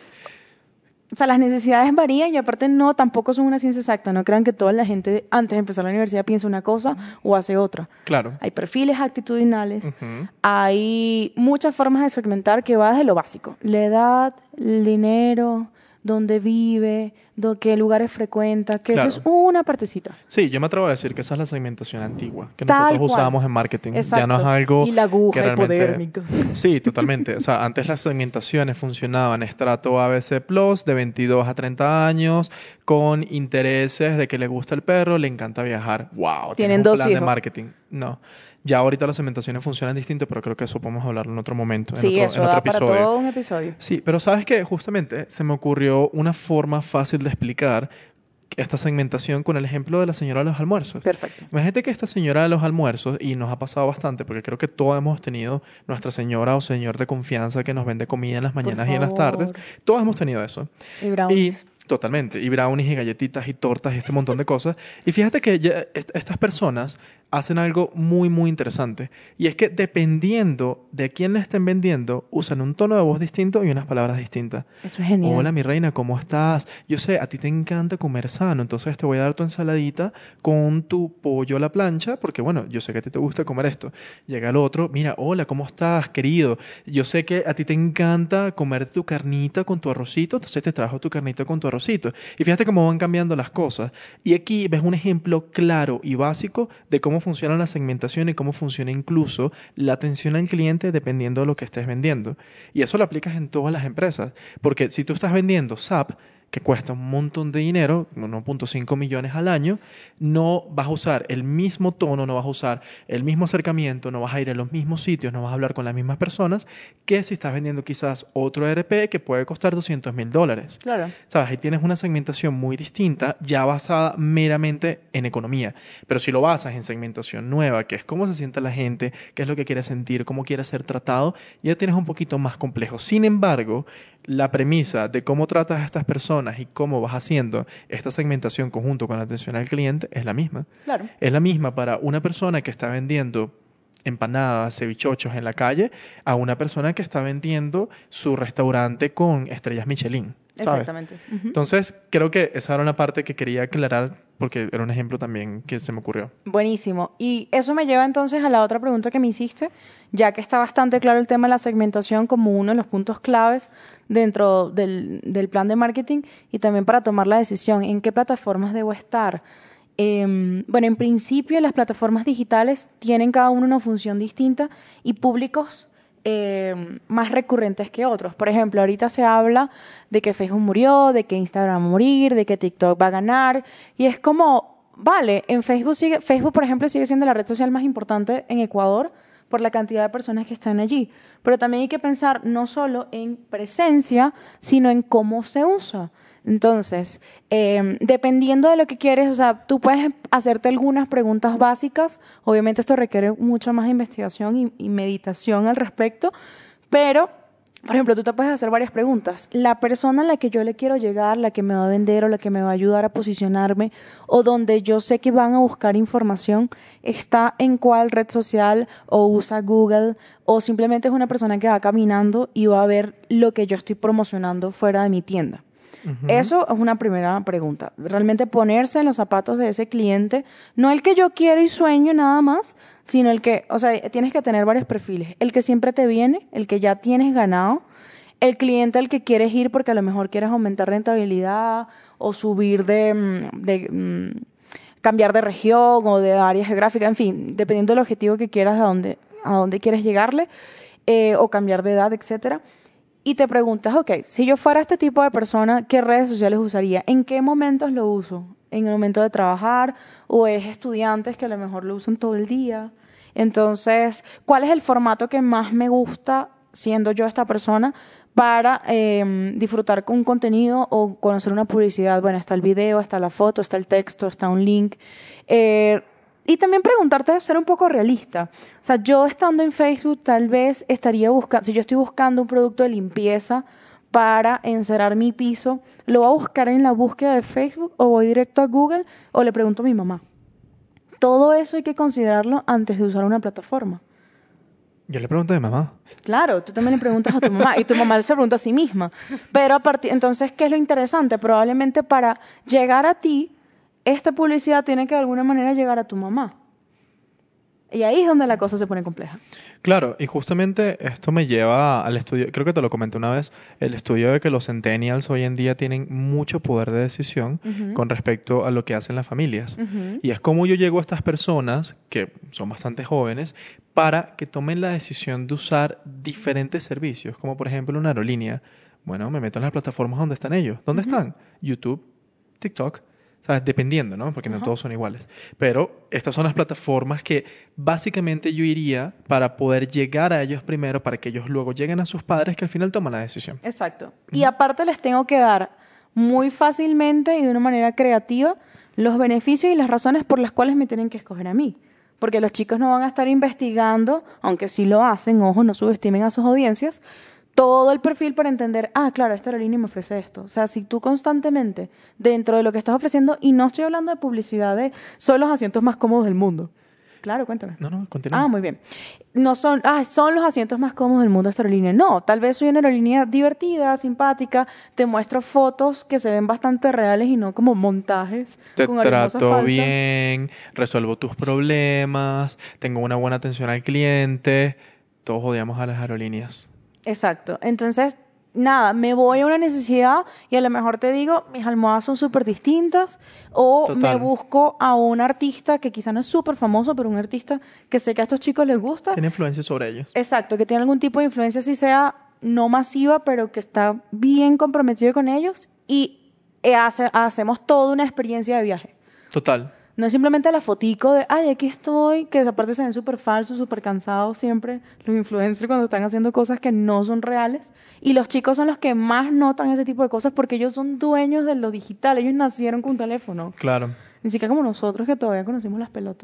O sea, las necesidades varían y aparte no, tampoco son una ciencia exacta. No crean que toda la gente antes de empezar la universidad piensa una cosa o hace otra. Claro. Hay perfiles actitudinales, Ujú. hay muchas formas de segmentar que va desde lo básico. La edad, el dinero, dónde vive, do, qué lugares frecuenta, que Claro. eso es una partecita. Sí, yo me atrevo a decir que esa es la segmentación antigua que Tal nosotros cual. usábamos en marketing. Ya Exacto. no es algo Y la aguja que realmente... hipodérmica. Sí, totalmente. O sea, antes las segmentaciones funcionaban estrato A B C Plus de veintidós a treinta años con intereses de que le gusta el perro, le encanta viajar. ¡Wow! Tienen tienes un dos plan de hijos. marketing. No. Ya ahorita las segmentaciones funcionan distinto, pero creo que eso podemos hablarlo en otro momento, en Sí, otro, eso en otro da para episodio. todo un episodio. Sí, pero sabes que justamente se me ocurrió una forma fácil de explicar esta segmentación con el ejemplo de la señora de los almuerzos. Perfecto. Imagínate que esta señora de los almuerzos, y nos ha pasado bastante, porque creo que todos hemos tenido nuestra señora o señor de confianza que nos vende comida en las mañanas y en las favor. tardes. Todos hemos tenido eso. Y brownies. Y totalmente. Y brownies y galletitas y tortas y este montón de cosas. Y fíjate que ya est- estas personas hacen algo muy, muy interesante. Y es que dependiendo de quién le estén vendiendo, usan un tono de voz distinto y unas palabras distintas. Eso es genial. Hola, mi reina, ¿cómo estás? Yo sé, a ti te encanta comer sano, entonces te voy a dar tu ensaladita con tu pollo a la plancha, porque bueno, yo sé que a ti te gusta comer esto. Llega el otro, mira, hola, ¿cómo estás, querido? Yo sé que a ti te encanta comer tu carnita con tu arrocito, entonces te trajo tu carnita con tu arrocito. Y fíjate cómo van cambiando las cosas. Y aquí ves un ejemplo claro y básico de cómo funciona la segmentación y cómo funciona incluso la atención al cliente dependiendo de lo que estés vendiendo. Y eso lo aplicas en todas las empresas. Porque si tú estás vendiendo S A P, que cuesta un montón de dinero, uno punto cinco millones al año, no vas a usar el mismo tono, no vas a usar el mismo acercamiento, no vas a ir a los mismos sitios, no vas a hablar con las mismas personas que si estás vendiendo quizás otro E R P que puede costar doscientos mil dólares. Claro. ¿Sabes? Ahí tienes una segmentación muy distinta, ya basada meramente en economía. Pero si lo basas en segmentación nueva, que es cómo se siente la gente, qué es lo que quiere sentir, cómo quiere ser tratado, ya tienes un poquito más complejo. Sin embargo, la premisa de cómo tratas a estas personas y cómo vas haciendo esta segmentación conjunto con la atención al cliente es la misma. Claro. Es la misma para una persona que está vendiendo empanadas, cevichochos en la calle a una persona que está vendiendo su restaurante con estrellas Michelin. ¿Sabes? Exactamente. Uh-huh. Entonces, creo que esa era una parte que quería aclarar porque era un ejemplo también que se me ocurrió. Buenísimo. Y eso me lleva entonces a la otra pregunta que me hiciste, ya que está bastante claro el tema de la segmentación como uno de los puntos claves dentro del, del plan de marketing y también para tomar la decisión en qué plataformas debo estar. Eh, bueno, en principio las plataformas digitales tienen cada una una función distinta y públicos Eh, más recurrentes que otros. Por ejemplo, ahorita se habla de que Facebook murió, de que Instagram va a morir, de que TikTok va a ganar y es como, vale, en Facebook sigue, Facebook por ejemplo sigue siendo la red social más importante en Ecuador por la cantidad de personas que están allí, pero también hay que pensar no solo en presencia, sino en cómo se usa. Entonces, eh, dependiendo de lo que quieres, o sea, tú puedes hacerte algunas preguntas básicas. Obviamente esto requiere mucha más investigación y, y meditación al respecto, pero, por ejemplo, tú te puedes hacer varias preguntas. La persona a la que yo le quiero llegar, la que me va a vender o la que me va a ayudar a posicionarme o donde yo sé que van a buscar información, ¿está en cuál red social o usa Google o simplemente es una persona que va caminando y va a ver lo que yo estoy promocionando fuera de mi tienda? Uh-huh. Eso es una primera pregunta. Realmente ponerse en los zapatos de ese cliente, no el que yo quiero y sueño nada más, sino el que, o sea, tienes que tener varios perfiles. El que siempre te viene, el que ya tienes ganado, el cliente al que quieres ir porque a lo mejor quieres aumentar rentabilidad o subir de, de, de cambiar de región o de área geográfica, en fin, dependiendo del objetivo que quieras, a dónde, a dónde quieres llegarle, eh, o cambiar de edad, etcétera. Y te preguntas, ok, si yo fuera este tipo de persona, ¿qué redes sociales usaría? ¿En qué momentos lo uso? ¿En el momento de trabajar? ¿O es estudiantes que a lo mejor lo usan todo el día? Entonces, ¿cuál es el formato que más me gusta, siendo yo esta persona, para eh, disfrutar con un contenido o conocer una publicidad? Bueno, está el video, está la foto, está el texto, está un link. Eh, Y también preguntarte, ser un poco realista. O sea, yo estando en Facebook tal vez estaría buscando, si yo estoy buscando un producto de limpieza para encerar mi piso, ¿lo voy a buscar en la búsqueda de Facebook o voy directo a Google o le pregunto a mi mamá? Todo eso hay que considerarlo antes de usar una plataforma. Yo le pregunto a mi mamá. Claro, tú también le preguntas a tu mamá y tu mamá se pregunta a sí misma. Pero a partir, entonces, ¿qué es lo interesante? Probablemente para llegar a ti, esta publicidad tiene que de alguna manera llegar a tu mamá. Y ahí es donde la cosa se pone compleja. Claro, y justamente esto me lleva al estudio, creo que te lo comenté una vez, el estudio de que los centennials hoy en día tienen mucho poder de decisión uh-huh. con respecto a lo que hacen las familias. Uh-huh. Y es como yo llego a estas personas, que son bastante jóvenes, para que tomen la decisión de usar diferentes servicios, como por ejemplo una aerolínea. Bueno, me meto en las plataformas donde están ellos. ¿Dónde uh-huh. están? YouTube, TikTok. ¿Sabes? Dependiendo, ¿no? Porque no uh-huh. todos son iguales. Pero estas son las plataformas que básicamente yo iría para poder llegar a ellos primero, para que ellos luego lleguen a sus padres que al final toman la decisión. Exacto. Uh-huh. Y aparte les tengo que dar muy fácilmente y de una manera creativa los beneficios y las razones por las cuales me tienen que escoger a mí. Porque los chicos no van a estar investigando, aunque sí lo hacen, ojo, no subestimen a sus audiencias, todo el perfil para entender, ah, claro, esta aerolínea me ofrece esto. O sea, si tú constantemente, dentro de lo que estás ofreciendo, y no estoy hablando de publicidad de son los asientos más cómodos del mundo. Claro, cuéntame. No, no, continúa. Ah, muy bien. No son, ah, son los asientos más cómodos del mundo esta aerolínea. No, tal vez soy una aerolínea divertida, simpática, te muestro fotos que se ven bastante reales y no como montajes Te con hermosas trato falsas. bien, resuelvo tus problemas, tengo una buena atención al cliente. Todos odiamos a las aerolíneas. Exacto. Entonces, nada, me voy a una necesidad y a lo mejor te digo, mis almohadas son súper distintas o Total. me busco a un artista que quizá no es súper famoso, pero un artista que sé que a estos chicos les gusta. Tiene influencia sobre ellos. Exacto, que tiene algún tipo de influencia, si sea no masiva, pero que está bien comprometido con ellos y eh, hace- hacemos toda una experiencia de viaje. Total. No es simplemente la fotico de, ay, aquí estoy, que aparte se ven súper falsos, súper cansados siempre los influencers cuando están haciendo cosas que no son reales. Y los chicos son los que más notan ese tipo de cosas porque ellos son dueños de lo digital. Ellos nacieron con un teléfono. Claro. Ni siquiera como nosotros que todavía conocimos las pelotas.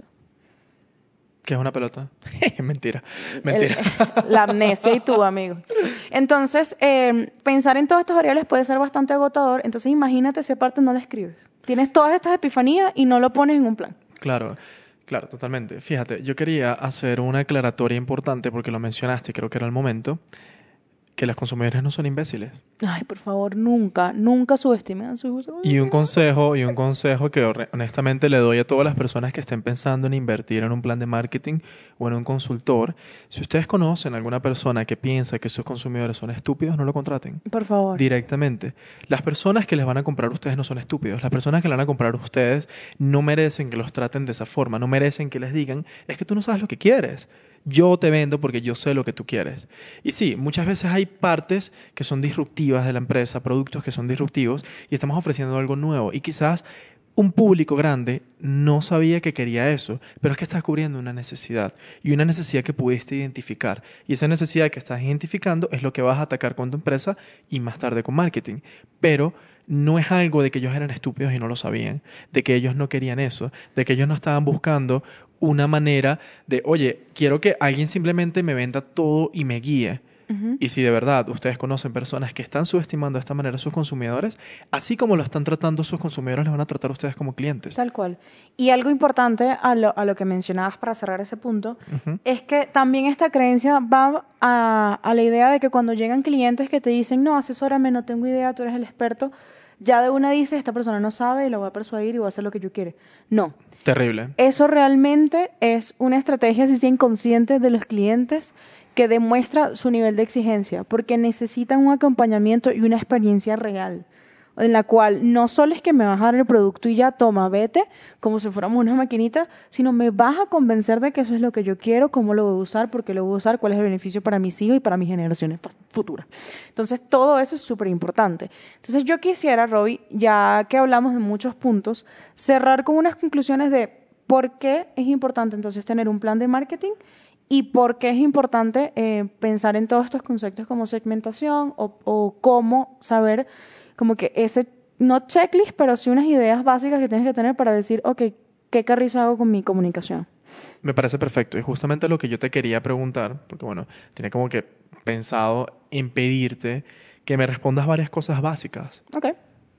¿Qué es una pelota? Mentira. Mentira. El- la amnesia y tú, amigo. Entonces, eh, pensar en todas estas variables puede ser bastante agotador. Entonces, imagínate si aparte no la escribes. Tienes todas estas epifanías y no lo pones en un plan. Claro, claro, totalmente. Fíjate, yo quería hacer una aclaratoria importante porque lo mencionaste, creo que era el momento, que los consumidores no son imbéciles. Ay, por favor, nunca, nunca subestimen a sus... Y un consejo, y un consejo que hor- honestamente le doy a todas las personas que estén pensando en invertir en un plan de marketing o en un consultor. Si ustedes conocen a alguna persona que piensa que sus consumidores son estúpidos, no lo contraten. Por favor. Directamente. Las personas que les van a comprar a ustedes no son estúpidos. Las personas que le van a comprar a ustedes no merecen que los traten de esa forma. No merecen que les digan, es que tú no sabes lo que quieres. Yo te vendo porque yo sé lo que tú quieres. Y sí, muchas veces hay partes que son disruptivas de la empresa, productos que son disruptivos y estamos ofreciendo algo nuevo. Y quizás un público grande no sabía que quería eso, pero es que estás cubriendo una necesidad y una necesidad que pudiste identificar. Y esa necesidad que estás identificando es lo que vas a atacar con tu empresa y más tarde con marketing. Pero no es algo de que ellos eran estúpidos y no lo sabían, de que ellos no querían eso, de que ellos no estaban buscando una manera de, oye, quiero que alguien simplemente me venda todo y me guíe. Ujú. Y si de verdad ustedes conocen personas que están subestimando de esta manera a sus consumidores, así como lo están tratando sus consumidores, los van a tratar a ustedes como clientes. Tal cual. Y algo importante a lo, a lo que mencionabas para cerrar ese punto, Ujú. es que también esta creencia va a, a la idea de que cuando llegan clientes que te dicen, no, asesórame, no tengo idea, tú eres el experto, ya de una dices, esta persona no sabe y la voy a persuadir y voy a hacer lo que yo quiero. No. Terrible. Eso realmente es una estrategia, si sea inconsciente, de los clientes que demuestra su nivel de exigencia, porque necesitan un acompañamiento y una experiencia real, en la cual no solo es que me vas a dar el producto y ya toma, vete, como si fuéramos una maquinita, sino me vas a convencer de que eso es lo que yo quiero, cómo lo voy a usar, por qué lo voy a usar, cuál es el beneficio para mis hijos y para mis generaciones pa- futuras. Entonces, todo eso es súper importante. Entonces, yo quisiera, Robbie, ya que hablamos de muchos puntos, cerrar con unas conclusiones de por qué es importante entonces tener un plan de marketing y por qué es importante eh, pensar en todos estos conceptos como segmentación o, o cómo saber como que ese, no checklist, pero sí unas ideas básicas que tienes que tener para decir, ok, ¿qué carrizo hago con mi comunicación? Me parece perfecto. Y justamente lo que yo te quería preguntar, porque bueno, tenía como que pensado en pedirte que me respondas varias cosas básicas. Ok.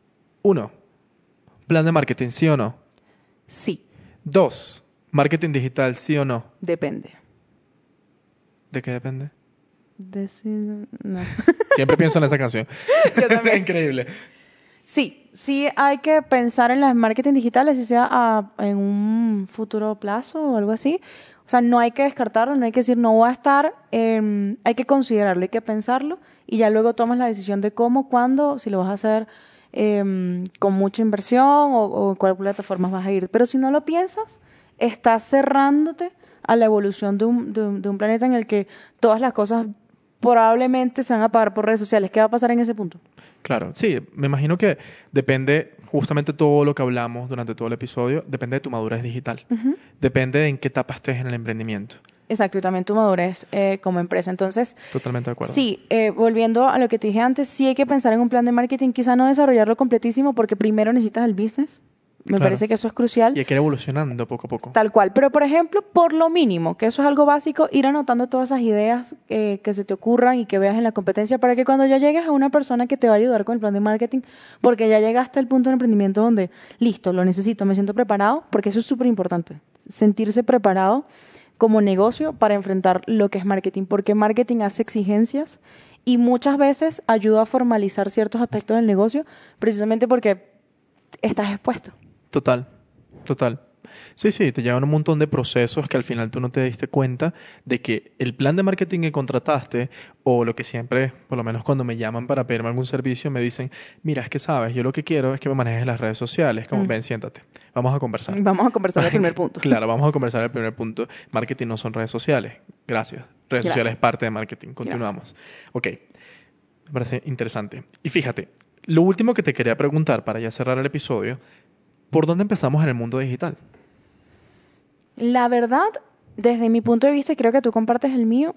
Uno, plan de marketing, ¿sí o no? Sí, Dos, marketing digital, ¿sí o no? depende. ¿De qué depende? Decir, no. Siempre pienso en esa canción. Yo también. Increíble. Sí, sí hay que pensar en las marketing digitales, si sea a- en un futuro plazo o algo así. O sea, no hay que descartarlo, no hay que decir no voy a estar, eh, hay que considerarlo, hay que pensarlo y ya luego tomas la decisión de cómo, cuándo, si lo vas a hacer eh, con mucha inversión o, o en cuál plataforma vas a ir. Pero si no lo piensas, estás cerrándote a la evolución de un, de un, de un planeta en el que todas las cosas probablemente se van a pagar por redes sociales. ¿Qué va a pasar en ese punto? Claro, sí, me imagino que depende justamente todo lo que hablamos durante todo el episodio, depende de tu madurez digital. Ujú. Depende de en qué etapa estés en el emprendimiento. Exacto, y también tu madurez eh, como empresa. Entonces, Totalmente de acuerdo. sí, eh, volviendo a lo que te dije antes, sí hay que pensar en un plan de marketing, quizá no desarrollarlo completísimo porque primero necesitas el business, Me Claro. parece que eso es crucial. Y hay que ir evolucionando poco a poco. Tal cual. Pero, por ejemplo, por lo mínimo, que eso es algo básico, ir anotando todas esas ideas eh, que se te ocurran y que veas en la competencia para que cuando ya llegues a una persona que te va a ayudar con el plan de marketing, porque ya llegaste al punto de emprendimiento donde, listo, lo necesito, me siento preparado, porque eso es súper importante. Sentirse preparado como negocio para enfrentar lo que es marketing, porque marketing hace exigencias y muchas veces ayuda a formalizar ciertos aspectos del negocio, precisamente porque estás expuesto. Total, total. Sí, sí, te llevan un montón de procesos que al final tú no te diste cuenta de que el plan de marketing que contrataste o lo que siempre, por lo menos cuando me llaman para pedirme algún servicio, me dicen, mira, es que sabes, yo lo que quiero es que me manejes las redes sociales. Como, Mm. ven, siéntate, vamos a conversar. Vamos a conversar el primer punto. Claro, vamos a conversar el primer punto. Marketing no son redes sociales. Gracias. Redes Gracias. sociales es parte de marketing. Continuamos. Ok, me parece interesante. Y fíjate, lo último que te quería preguntar para ya cerrar el episodio, ¿por dónde empezamos en el mundo digital? La verdad, desde mi punto de vista, y creo que tú compartes el mío.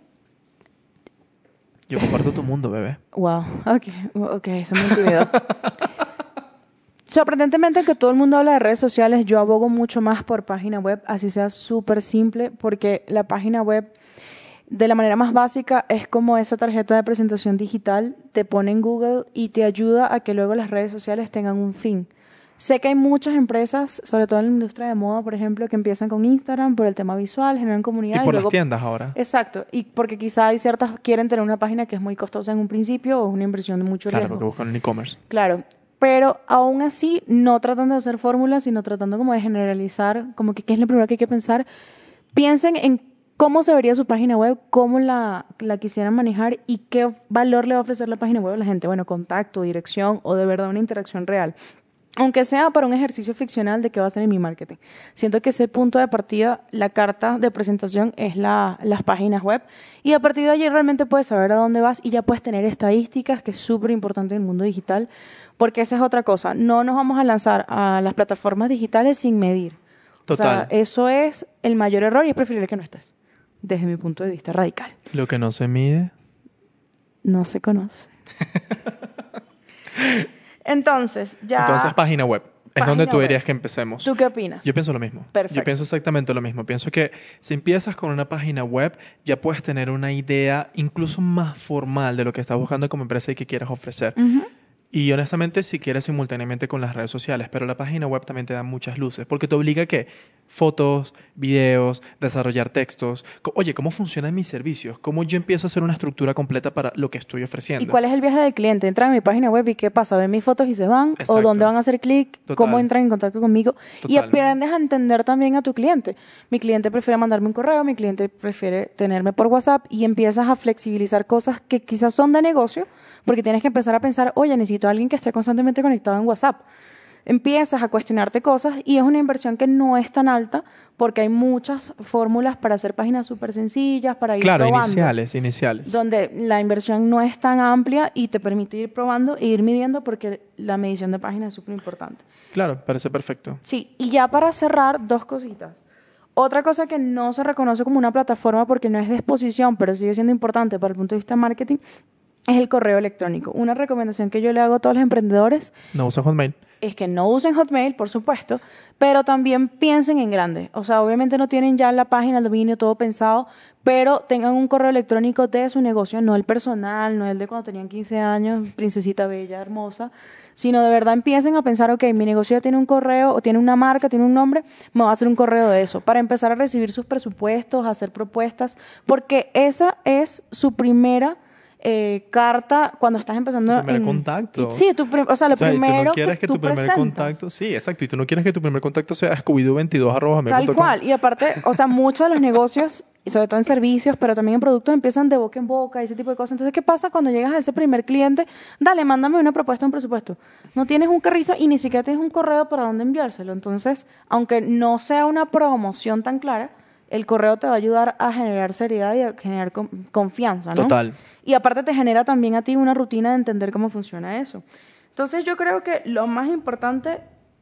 Yo comparto tu mundo, bebé. Wow, ok, ok, eso me intimidó. Sorprendentemente, aunque todo el mundo habla de redes sociales, yo abogo mucho más por página web, así sea súper simple, porque la página web, de la manera más básica, es como esa tarjeta de presentación digital, te pone en Google y te ayuda a que luego las redes sociales tengan un fin. Sé que hay muchas empresas, sobre todo en la industria de moda, por ejemplo, que empiezan con Instagram por el tema visual, generan comunidad. Tipo y luego, las tiendas ahora. exacto, y porque quizá hay ciertas quieren tener una página que es muy costosa en un principio o es una inversión de mucho Claro, riesgo. porque buscan un e-commerce. Claro, pero aún así, no tratando de hacer fórmulas, sino tratando como de generalizar, como que qué es lo primero que hay que pensar. Piensen en cómo se vería su página web, cómo la, la quisieran manejar y qué valor le va a ofrecer la página web a la gente. Bueno, contacto, dirección o de verdad una interacción real. Aunque sea para un ejercicio ficcional de qué va a ser en mi marketing. Siento que ese punto de partida, la carta de presentación es la, las páginas web y a partir de allí realmente puedes saber a dónde vas y ya puedes tener estadísticas, que es súper importante en el mundo digital, porque esa es otra cosa. No nos vamos a lanzar a las plataformas digitales sin medir. Total. O sea, eso es el mayor error y es preferible que no estés, desde mi punto de vista radical. Lo que no se mide. No se conoce. Entonces, ya... Entonces, página web. Es Página donde tú web. dirías que empecemos. ¿Tú qué opinas? Yo pienso lo mismo. Perfecto. Yo pienso exactamente lo mismo. Pienso que si empiezas con una página web, ya puedes tener una idea incluso más formal de lo que estás buscando como empresa y que quieras ofrecer. Ujú. Y honestamente, si quieres simultáneamente con las redes sociales, pero la página web también te da muchas luces, porque te obliga a que fotos, videos, desarrollar textos. Co- Oye, ¿cómo funcionan mis servicios? ¿Cómo yo empiezo a hacer una estructura completa para lo que estoy ofreciendo? ¿Y cuál es el viaje del cliente? Entran a mi página web y ¿qué pasa? ¿Ven mis fotos y se van? Exacto. ¿O dónde van a hacer clic? Total. ¿Cómo entran en contacto conmigo? Y Total. aprendes a entender también a tu cliente. Mi cliente prefiere mandarme un correo, mi cliente prefiere tenerme por WhatsApp y empiezas a flexibilizar cosas que quizás son de negocio porque tienes que empezar a pensar, oye, necesito a alguien que esté constantemente conectado en WhatsApp. Empiezas a cuestionarte cosas y es una inversión que no es tan alta porque hay muchas fórmulas para hacer páginas súper sencillas, para ir Claro, probando. iniciales, iniciales. Donde la inversión no es tan amplia y te permite ir probando e ir midiendo porque la medición de páginas es súper importante. Claro, parece perfecto. Sí, y ya para cerrar, dos cositas. Otra cosa que no se reconoce como una plataforma porque no es de exposición, pero sigue siendo importante para el punto de vista de marketing, es el correo electrónico. Una recomendación que yo le hago a todos los emprendedores No usa Hotmail. es que no usen Hotmail, por supuesto, pero también piensen en grande. O sea, obviamente no tienen ya la página, el dominio, todo pensado, pero tengan un correo electrónico de su negocio, no el personal, no el de cuando tenían quince años, princesita bella, hermosa, sino de verdad empiecen a pensar, ok, mi negocio ya tiene un correo, o tiene una marca, tiene un nombre, me voy a hacer un correo de eso, para empezar a recibir sus presupuestos, a hacer propuestas, porque esa es su primera... Eh, carta cuando estás empezando Tu primer en- contacto. Sí, tu prim- o sea, lo O sea, y primero tú no quieres que, tú tu primer presentas. contacto... Sí, exacto. Y tú no quieres que tu primer contacto sea scooby veintidós arroba gmail punto Tal com. cual. Y aparte, o sea, muchos de los negocios, y sobre todo en servicios, pero también en productos, empiezan de boca en boca y ese tipo de cosas. Entonces, ¿qué pasa cuando llegas a ese primer cliente? Dale, mándame una propuesta, un presupuesto. No tienes un carrizo y ni siquiera tienes un correo para dónde enviárselo. Entonces, aunque no sea una promoción tan clara, el correo te va a ayudar a generar seriedad y a generar con- confianza, ¿no? Total. Y aparte te genera también a ti una rutina de entender cómo funciona eso. Entonces yo creo que lo más importante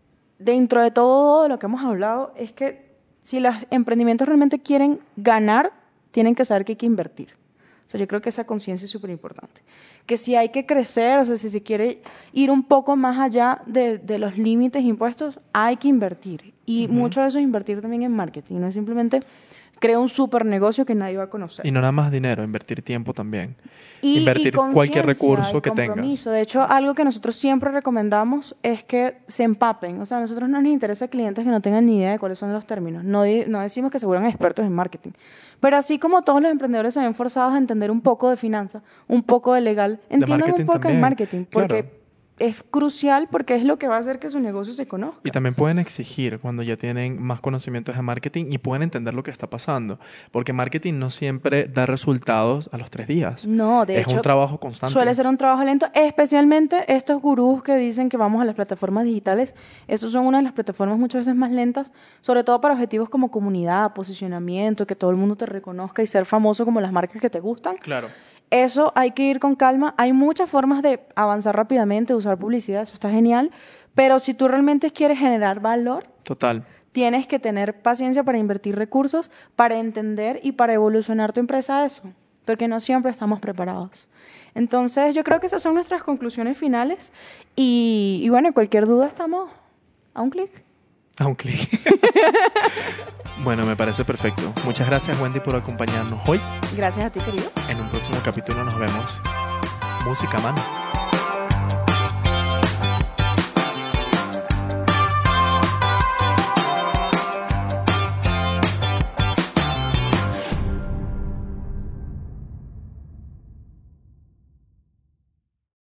dentro de todo lo que hemos hablado es que si los emprendimientos realmente quieren ganar, tienen que saber que hay que invertir. O O sea, yo creo que esa conciencia es súper importante. Que si hay que crecer, o sea, si se quiere ir un poco más allá de, de los límites impuestos, hay que invertir. Y uh-huh. mucho de eso es invertir también en marketing. No es simplemente crear un super negocio que nadie va a conocer. Y no nada más dinero, invertir tiempo también. Y, invertir y cualquier recurso que tengas. De hecho, algo que nosotros siempre recomendamos es que se empapen. O sea, a nosotros no nos interesa clientes que no tengan ni idea de cuáles son los términos. No, di- no decimos que se vuelvan expertos en marketing. Pero así como todos los emprendedores se ven forzados a entender un poco de finanzas, un poco de legal, entiendan un poco también. en marketing. Porque Claro. es crucial, porque es lo que va a hacer que su negocio se conozca. Y también pueden exigir cuando ya tienen más conocimientos de marketing y pueden entender lo que está pasando. Porque marketing no siempre da resultados a los tres días. No, de es hecho, Es un trabajo constante. Suele ser un trabajo lento, especialmente estos gurús que dicen que vamos a las plataformas digitales. Esos son una de las plataformas muchas veces más lentas, sobre todo para objetivos como comunidad, posicionamiento, que todo el mundo te reconozca y ser famoso como las marcas que te gustan. Claro. Eso hay que ir con calma. Hay muchas formas de avanzar rápidamente, usar publicidad, eso está genial. Pero si tú realmente quieres generar valor, Total. tienes que tener paciencia para invertir recursos, para entender y para evolucionar tu empresa a eso. Porque no siempre estamos preparados. Entonces, yo creo que esas son nuestras conclusiones finales. Y, y bueno, cualquier duda estamos a un clic. A un clic. Bueno, me parece perfecto. Muchas gracias, Wendy, por acompañarnos hoy. Gracias a ti, querido. En un próximo capítulo nos vemos. Música, mano.